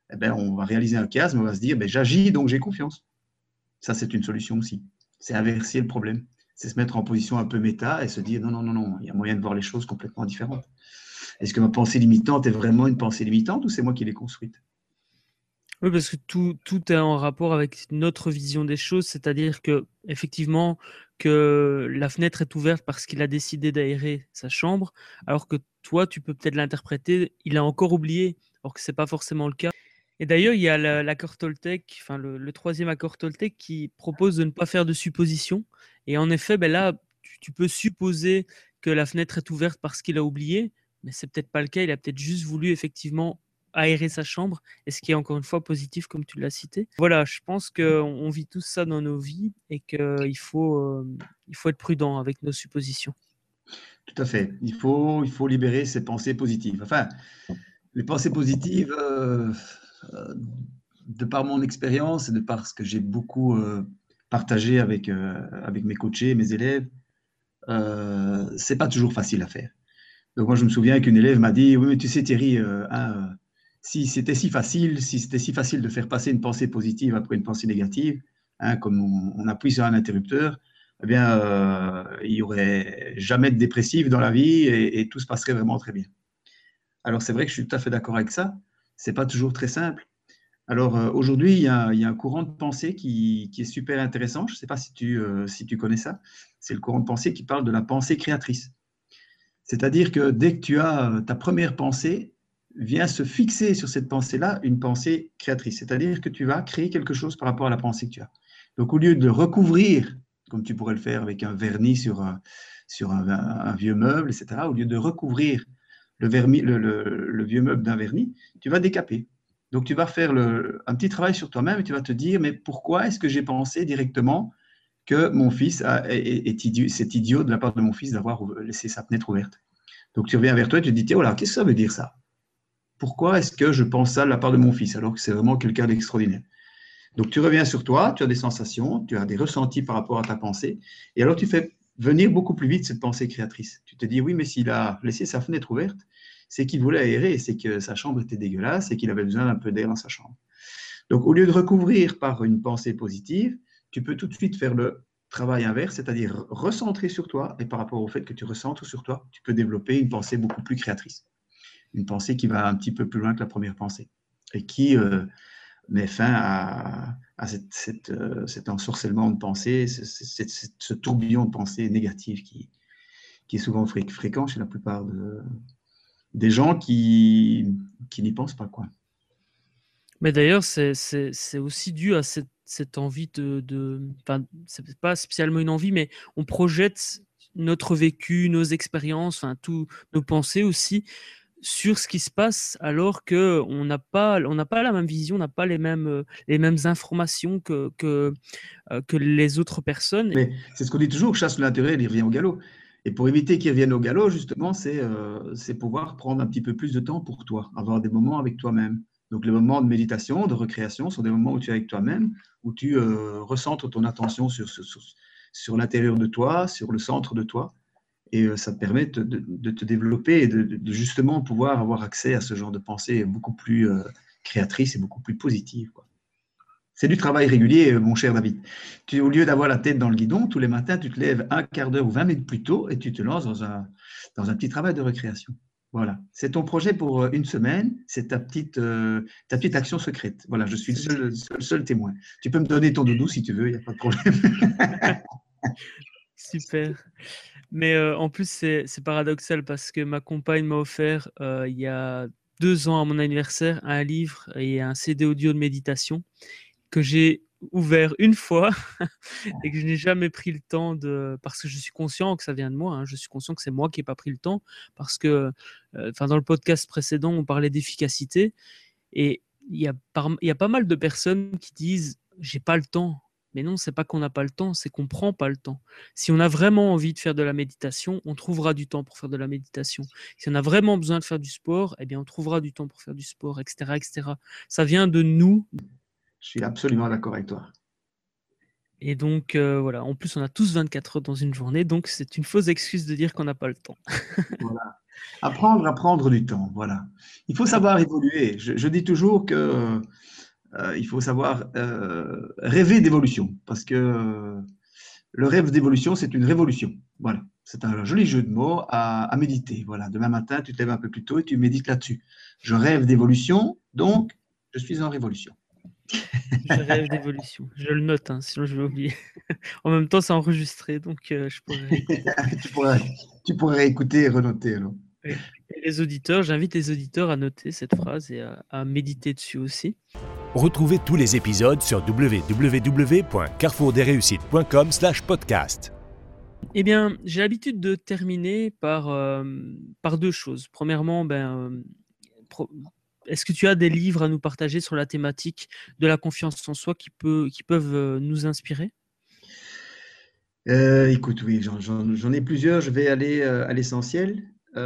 eh ben, on va réaliser un chiasme, on va se dire, ben, j'agis, donc j'ai confiance. Ça, c'est une solution aussi. C'est inverser le problème. C'est se mettre en position un peu méta et se dire, non, non, non, non, il y a moyen de voir les choses complètement différentes. Est-ce que ma pensée limitante est vraiment une pensée limitante ou c'est moi qui l'ai construite? Oui, parce que tout, tout est en rapport avec notre vision des choses, c'est-à-dire que effectivement que la fenêtre est ouverte parce qu'il a décidé d'aérer sa chambre, alors que toi, tu peux peut-être l'interpréter, il a encore oublié, alors que c'est pas forcément le cas. Et d'ailleurs, il y a la- l'accord Toltec, enfin le, le troisième accord Toltec qui propose de ne pas faire de suppositions. Et en effet, ben là, tu, tu peux supposer que la fenêtre est ouverte parce qu'il a oublié, mais c'est peut-être pas le cas. Il a peut-être juste voulu effectivement aérer sa chambre, et ce qui est encore une fois positif, comme tu l'as cité. Voilà, je pense qu'on on vit tous ça dans nos vies et qu'il faut, euh, il faut être prudent avec nos suppositions. Tout à fait. Il faut, il faut libérer ces pensées positives. Enfin, les pensées positives, euh, euh, de par mon expérience et de par ce que j'ai beaucoup euh, partagé avec, euh, avec mes coachés, mes élèves, euh, c'est pas toujours facile à faire. Donc moi, je me souviens qu'une élève m'a dit, oui, mais tu sais Thierry, euh, hein, euh, si c'était si facile, si c'était si facile de faire passer une pensée positive après une pensée négative, hein, comme on, on appuie sur un interrupteur, eh bien, euh, il n'y aurait jamais de dépressif dans la vie et, et tout se passerait vraiment très bien. Alors c'est vrai que je suis tout à fait d'accord avec ça. C'est pas toujours très simple. Alors euh, aujourd'hui, il y, a, il y a un courant de pensée qui, qui est super intéressant. Je ne sais pas si tu, euh, si tu connais ça. C'est le courant de pensée qui parle de la pensée créatrice. C'est-à-dire que dès que tu as euh, ta première pensée, vient se fixer sur cette pensée-là une pensée créatrice. C'est-à-dire que tu vas créer quelque chose par rapport à la pensée que tu as. Donc, au lieu de recouvrir, comme tu pourrais le faire avec un vernis sur un, sur un, un vieux meuble, et cetera, au lieu de recouvrir le, vernis, le, le, le vieux meuble d'un vernis, tu vas décaper. Donc, tu vas faire le, un petit travail sur toi-même et tu vas te dire, mais pourquoi est-ce que j'ai pensé directement que mon fils a, est, est idiot, c'est idiot de la part de mon fils d'avoir laissé sa fenêtre ouverte. Donc tu reviens vers toi et tu te dis, tiens, voilà, qu'est-ce que ça veut dire ça? Pourquoi est-ce que je pense ça de la part de mon fils alors que c'est vraiment quelqu'un d'extraordinaire? Donc tu reviens sur toi, tu as des sensations, tu as des ressentis par rapport à ta pensée, et alors tu fais venir beaucoup plus vite cette pensée créatrice. Tu te dis, oui, mais s'il a laissé sa fenêtre ouverte, c'est qu'il voulait aérer, c'est que sa chambre était dégueulasse et qu'il avait besoin d'un peu d'air dans sa chambre. Donc au lieu de recouvrir par une pensée positive, tu peux tout de suite faire le travail inverse, c'est-à-dire recentrer sur toi, et par rapport au fait que tu recentres sur toi, tu peux développer une pensée beaucoup plus créatrice. Une pensée qui va un petit peu plus loin que la première pensée et qui euh, met fin à, à cette, cette, euh, cet ensorcellement de pensée, ce, ce, ce, ce tourbillon de pensée négative qui, qui est souvent fré fréquent chez la plupart de, des gens qui, qui n'y pensent pas, quoi. Mais d'ailleurs, c'est, c'est, c'est aussi dû à cette, cette envie de, de... Enfin, c'est pas spécialement une envie, mais on projette notre vécu, nos expériences, enfin, tous nos pensées aussi sur ce qui se passe, alors qu'on n'a pas, on n'a pas la même vision, on n'a pas les mêmes, euh, les mêmes informations que, que, euh, que les autres personnes. Mais c'est ce qu'on dit toujours, chasse l'intérêt, il revient au galop. Et pour éviter qu'il revienne au galop, justement, c'est euh, c'est pouvoir prendre un petit peu plus de temps pour toi, avoir des moments avec toi-même. Donc les moments de méditation, de recréation, sont des moments où tu es avec toi-même, où tu euh, recentres ton attention sur, sur, sur, sur l'intérieur de toi, sur le centre de toi. Et euh, ça te permet de, de, de te développer et de, de, justement pouvoir avoir accès à ce genre de pensée beaucoup plus euh, créatrice et beaucoup plus positive, quoi. C'est du travail régulier, mon cher David. Tu, au lieu d'avoir la tête dans le guidon, tous les matins, tu te lèves un quart d'heure ou vingt minutes plus tôt et tu te lances dans un, dans un petit travail de récréation. Voilà. C'est ton projet pour une semaine, c'est ta petite, euh, ta petite action secrète. Voilà, je suis le seul, seul, seul témoin. Tu peux me donner ton doudou si tu veux, il n'y a pas de problème. Super. Mais euh, en plus, c'est, c'est paradoxal parce que ma compagne m'a offert euh, il y a deux ans à mon anniversaire un livre et un C D audio de méditation que j'ai ouvert une fois et que je n'ai jamais pris le temps de... Parce que je suis conscient que ça vient de moi, hein, je suis conscient que c'est moi qui n'ai pas pris le temps parce que euh, dans le podcast précédent, on parlait d'efficacité et il y a, par... il y a pas mal de personnes qui disent « j'ai pas le temps ». Mais non, c'est pas qu'on n'a pas le temps, c'est qu'on prend pas le temps. Si on a vraiment envie de faire de la méditation, on trouvera du temps pour faire de la méditation. Si on a vraiment besoin de faire du sport, eh bien on trouvera du temps pour faire du sport, et cetera, et cetera. Ça vient de nous. Je suis absolument d'accord avec toi. Et donc, euh, voilà. En plus, on a tous vingt-quatre heures dans une journée, donc c'est une fausse excuse de dire qu'on n'a pas le temps. Voilà. Apprendre à prendre du temps, voilà. Il faut savoir évoluer. Je, je dis toujours que euh, il faut savoir euh, rêver d'évolution, parce que euh, le rêve d'évolution, c'est une révolution. Voilà. C'est un joli jeu de mots à, à méditer. Voilà. Demain matin, tu te lèves un peu plus tôt et tu médites là-dessus. Je rêve d'évolution, donc je suis en révolution. Je rêve d'évolution. Je le note, hein, sinon je vais oublier. En même temps, c'est enregistré, donc euh, je pourrais réécouter. tu, pourrais, tu pourrais écouter et renoter alors. Oui. Et les auditeurs, j'invite les auditeurs à noter cette phrase et à, à méditer dessus aussi. Retrouvez tous les épisodes sur w w w point carrefour des réussites point com slash podcast. Eh bien, j'ai l'habitude de terminer par, euh, par deux choses. Premièrement, ben, euh, pro- est-ce que tu as des livres à nous partager sur la thématique de la confiance en soi qui, peut, qui peuvent euh, nous inspirer? Euh, écoute, oui, j'en, j'en- j'en ai plusieurs. Je vais aller euh, à l'essentiel.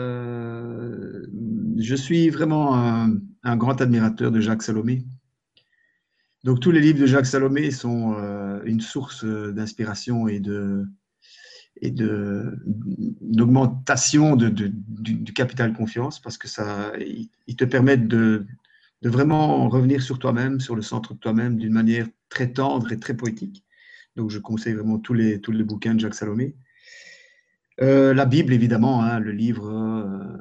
Euh, je suis vraiment un, un grand admirateur de Jacques Salomé. Donc, tous les livres de Jacques Salomé sont euh, une source d'inspiration et de, et de, d'augmentation de, de- du, du capital confiance parce que ça, ils ils te permettent de, de vraiment revenir sur toi-même, sur le centre de toi-même d'une manière très tendre et très poétique. Donc, je conseille vraiment tous les, tous les bouquins de Jacques Salomé. Euh, la Bible, évidemment, hein, le livre euh,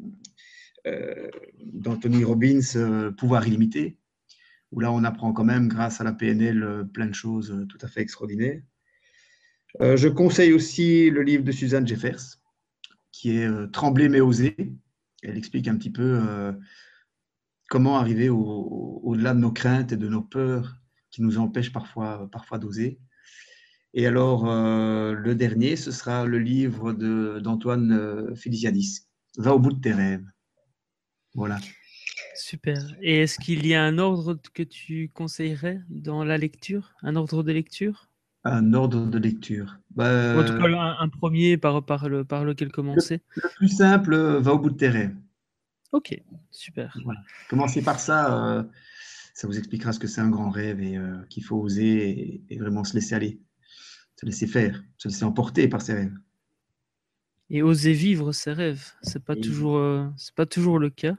euh, d'Anthony Robbins, euh, Pouvoir illimité, où là, on apprend quand même, grâce à la P N L, euh, plein de choses euh, tout à fait extraordinaires. Euh, je conseille aussi le livre de Suzanne Jeffers, qui est euh, Trembler mais oser. Elle explique un petit peu euh, comment arriver au, au, au-delà de nos craintes et de nos peurs qui nous empêchent parfois, parfois d'oser. Et alors, euh, le dernier, ce sera le livre de, d'Antoine euh, Filiziadis, Va au bout de tes rêves. Voilà. Super. Et est-ce qu'il y a un ordre que tu conseillerais dans la lecture? Un ordre de lecture? Un ordre de lecture. Ou en tout Bah, cas, un, un premier par, par, le, par lequel le, commencer? le plus simple, va au bout de tes rêves. Ok, super. Voilà. Commencez par ça, euh, ça vous expliquera ce que c'est un grand rêve et euh, qu'il faut oser et, et vraiment se laisser aller, se laisser faire, se laisser emporter par ses rêves. Et oser vivre ses rêves, c'est pas Et toujours, euh, c'est pas toujours le cas.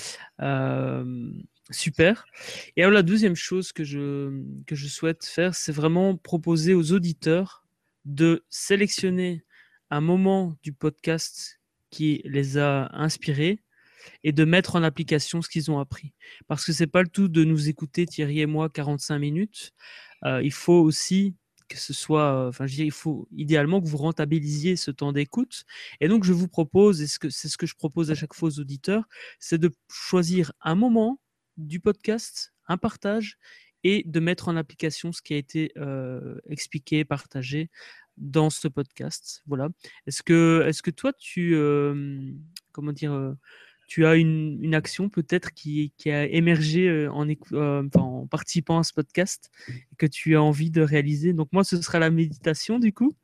Euh, super. Et alors la deuxième chose que je, que je souhaite faire, c'est vraiment proposer aux auditeurs de sélectionner un moment du podcast qui les a inspirés et de mettre en application ce qu'ils ont appris. Parce que c'est pas le tout de nous écouter, Thierry et moi, quarante-cinq minutes. Euh, il faut aussi que ce soit, enfin, je veux dire, il faut idéalement que vous rentabilisiez ce temps d'écoute. Et donc, je vous propose, et c'est ce que je propose à chaque fois aux auditeurs, c'est de choisir un moment du podcast, un partage, et de mettre en application ce qui a été euh, expliqué, partagé dans ce podcast. Voilà. Est-ce que, est-ce que toi, tu, euh, comment dire, euh, tu as une, une action peut-être qui, qui a émergé euh, en, euh, enfin, en participant à ce podcast et que tu as envie de réaliser? Donc moi, ce sera la méditation du coup.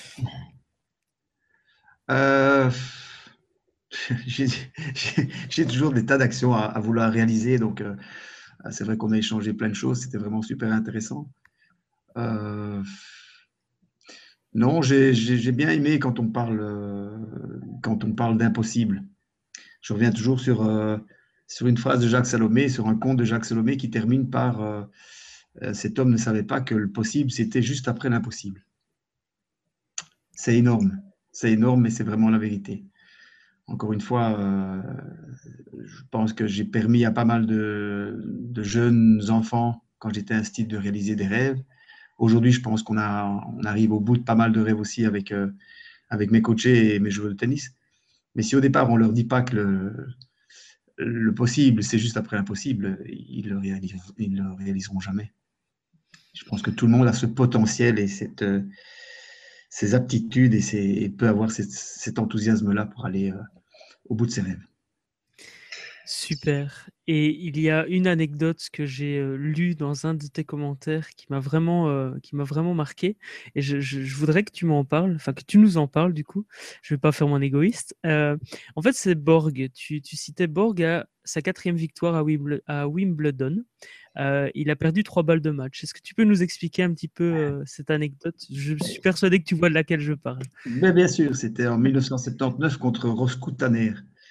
euh, j'ai, j'ai, j'ai toujours des tas d'actions à, à vouloir réaliser, donc euh, c'est vrai qu'on a échangé plein de choses, c'était vraiment super intéressant. Euh, non, j'ai, j'ai, j'ai bien aimé quand on parle, euh, quand on parle d'impossible. Je reviens toujours sur, euh, sur une phrase de Jacques Salomé, sur un conte de Jacques Salomé qui termine par euh, euh, cet homme ne savait pas que le possible, c'était juste après l'impossible. C'est énorme. C'est énorme, mais c'est vraiment la vérité. Encore une fois, euh, je pense que j'ai permis à pas mal de, de jeunes enfants, quand j'étais institut, de réaliser des rêves. Aujourd'hui, je pense qu'on a, on arrive au bout de pas mal de rêves aussi avec, euh, avec mes coachés et mes joueurs de tennis. Mais si au départ, on ne leur dit pas que le, le possible, c'est juste après l'impossible, ils ne le, réaliseront, ils le réaliseront jamais. Je pense que tout le monde a ce potentiel et cette, euh, ces aptitudes et, ces, et peut avoir cette, cet enthousiasme-là pour aller euh, au bout de ses rêves. Super. Et il y a une anecdote que j'ai euh, lue dans un de tes commentaires qui m'a vraiment, euh, qui m'a vraiment marqué. Et je, je, je voudrais que tu m'en parles, enfin que tu nous en parles du coup. Je ne vais pas faire mon égoïste. Euh, en fait, c'est Borg. Tu, tu citais Borg à sa quatrième victoire à, Wimble- à Wimbledon. Euh, il a perdu trois balles de match. Est-ce que tu peux nous expliquer un petit peu euh, cette anecdote? Je suis persuadé que tu vois de laquelle je parle. Mais bien sûr, c'était en mille neuf cent soixante-dix-neuf contre Roscoe Tanner.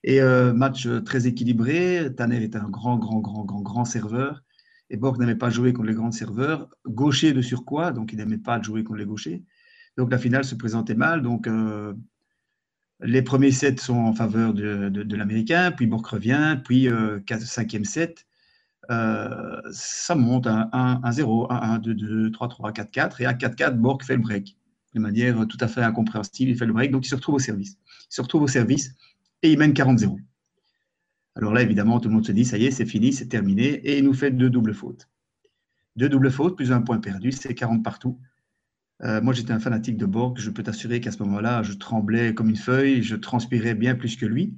Et euh, match très équilibré. Tanner était un grand, grand, grand, grand, grand serveur. Et Borg n'aimait pas jouer contre les grands serveurs. Gaucher de surcroît, donc il n'aimait pas jouer contre les gauchers. Donc la finale se présentait mal. Donc euh, les premiers sets sont en faveur de, de, de l'Américain. Puis Borg revient. Puis euh, cinquième set. Euh, ça monte à un zéro, un un, deux deux, trois trois, quatre quatre. Et à quatre quatre, Borg fait le break. De manière tout à fait incompréhensible, il fait le break. Donc il se retrouve au service. Il se retrouve au service. Et il mène quarante zéro. Alors là, évidemment, tout le monde se dit, ça y est, c'est fini, c'est terminé. Et il nous fait deux doubles fautes. Deux doubles fautes, plus un point perdu, c'est quarante partout. Euh, moi, j'étais un fanatique de Borg. Je peux t'assurer qu'à ce moment-là, je tremblais comme une feuille, je transpirais bien plus que lui.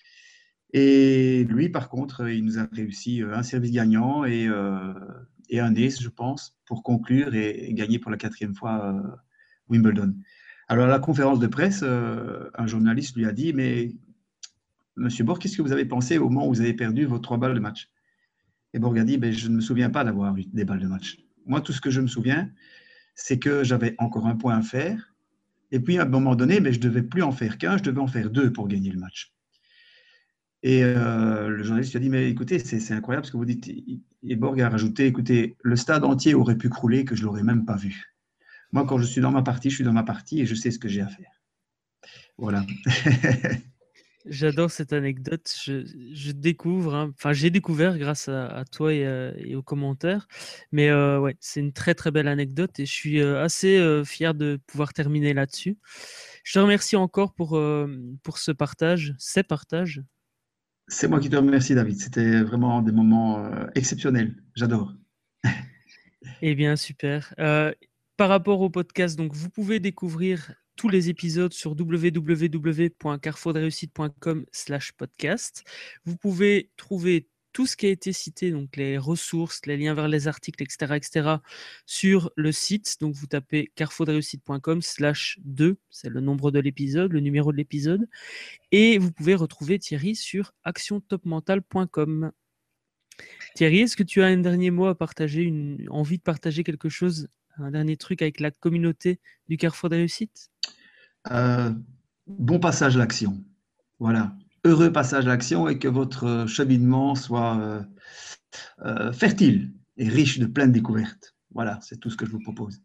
Et lui, par contre, il nous a réussi un service gagnant et, euh, et un ace, je pense, pour conclure et, et gagner pour la quatrième fois euh, Wimbledon. Alors, à la conférence de presse, euh, un journaliste lui a dit, mais Monsieur Borg, qu'est-ce que vous avez pensé au moment où vous avez perdu vos trois balles de match? Et Borg a dit, ben, je ne me souviens pas d'avoir eu des balles de match. Moi, tout ce que je me souviens, c'est que j'avais encore un point à faire. Et puis, à un moment donné, ben, je ne devais plus en faire qu'un, je devais en faire deux pour gagner le match. Et euh, le journaliste lui a dit, mais écoutez, c'est, c'est incroyable ce que vous dites. Et Borg a rajouté, écoutez, le stade entier aurait pu crouler que je ne l'aurais même pas vu. Moi, quand je suis dans ma partie, je suis dans ma partie et je sais ce que j'ai à faire. Voilà. J'adore cette anecdote. Je, je découvre, hein, enfin j'ai découvert grâce à, à toi et, euh, et aux commentaires. Mais euh, ouais, c'est une très très belle anecdote et je suis euh, assez euh, fier de pouvoir terminer là-dessus. Je te remercie encore pour, euh, pour ce partage, ces partages. C'est moi qui te remercie, David. C'était vraiment des moments euh, exceptionnels. J'adore. Eh bien, super. Euh, par rapport au podcast, donc vous pouvez découvrir tous les épisodes sur w w w point carrefour de réussite point com slash podcast. Vous pouvez trouver tout ce qui a été cité, donc les ressources, les liens vers les articles, et cetera, et cetera, sur le site. Donc vous tapez carrefour de réussite point com slash deux, c'est le nombre de l'épisode, le numéro de l'épisode. Et vous pouvez retrouver Thierry sur action top mental point com. Thierry, est-ce que tu as un dernier mot à partager, une envie de partager quelque chose, un dernier truc avec la communauté du Carrefour des Réussites? euh, Bon passage à l'action. Voilà. Heureux passage à l'action et que votre cheminement soit euh, euh, fertile et riche de plein de découvertes. Voilà, c'est tout ce que je vous propose.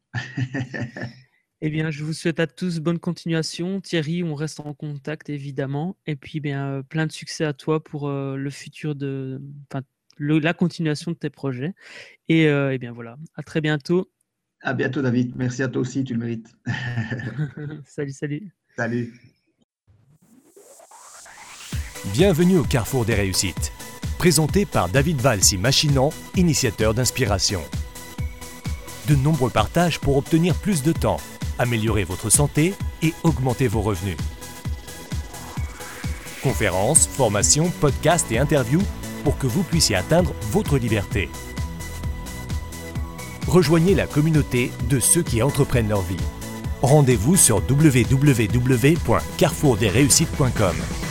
Eh bien, je vous souhaite à tous bonne continuation. Thierry, on reste en contact, évidemment. Et puis, bien, plein de succès à toi pour euh, le futur de... Enfin, le, la continuation de tes projets. Et, euh, et bien, voilà. À très bientôt. À bientôt, David. Merci à toi aussi, tu le mérites. Salut, salut. Salut. Bienvenue au Carrefour des Réussites. Présenté par David Valsi Machinan, initiateur d'inspiration. De nombreux partages pour obtenir plus de temps, améliorer votre santé et augmenter vos revenus. Conférences, formations, podcasts et interviews pour que vous puissiez atteindre votre liberté. Rejoignez la communauté de ceux qui entreprennent leur vie. Rendez-vous sur w w w point carrefour des réussites point com.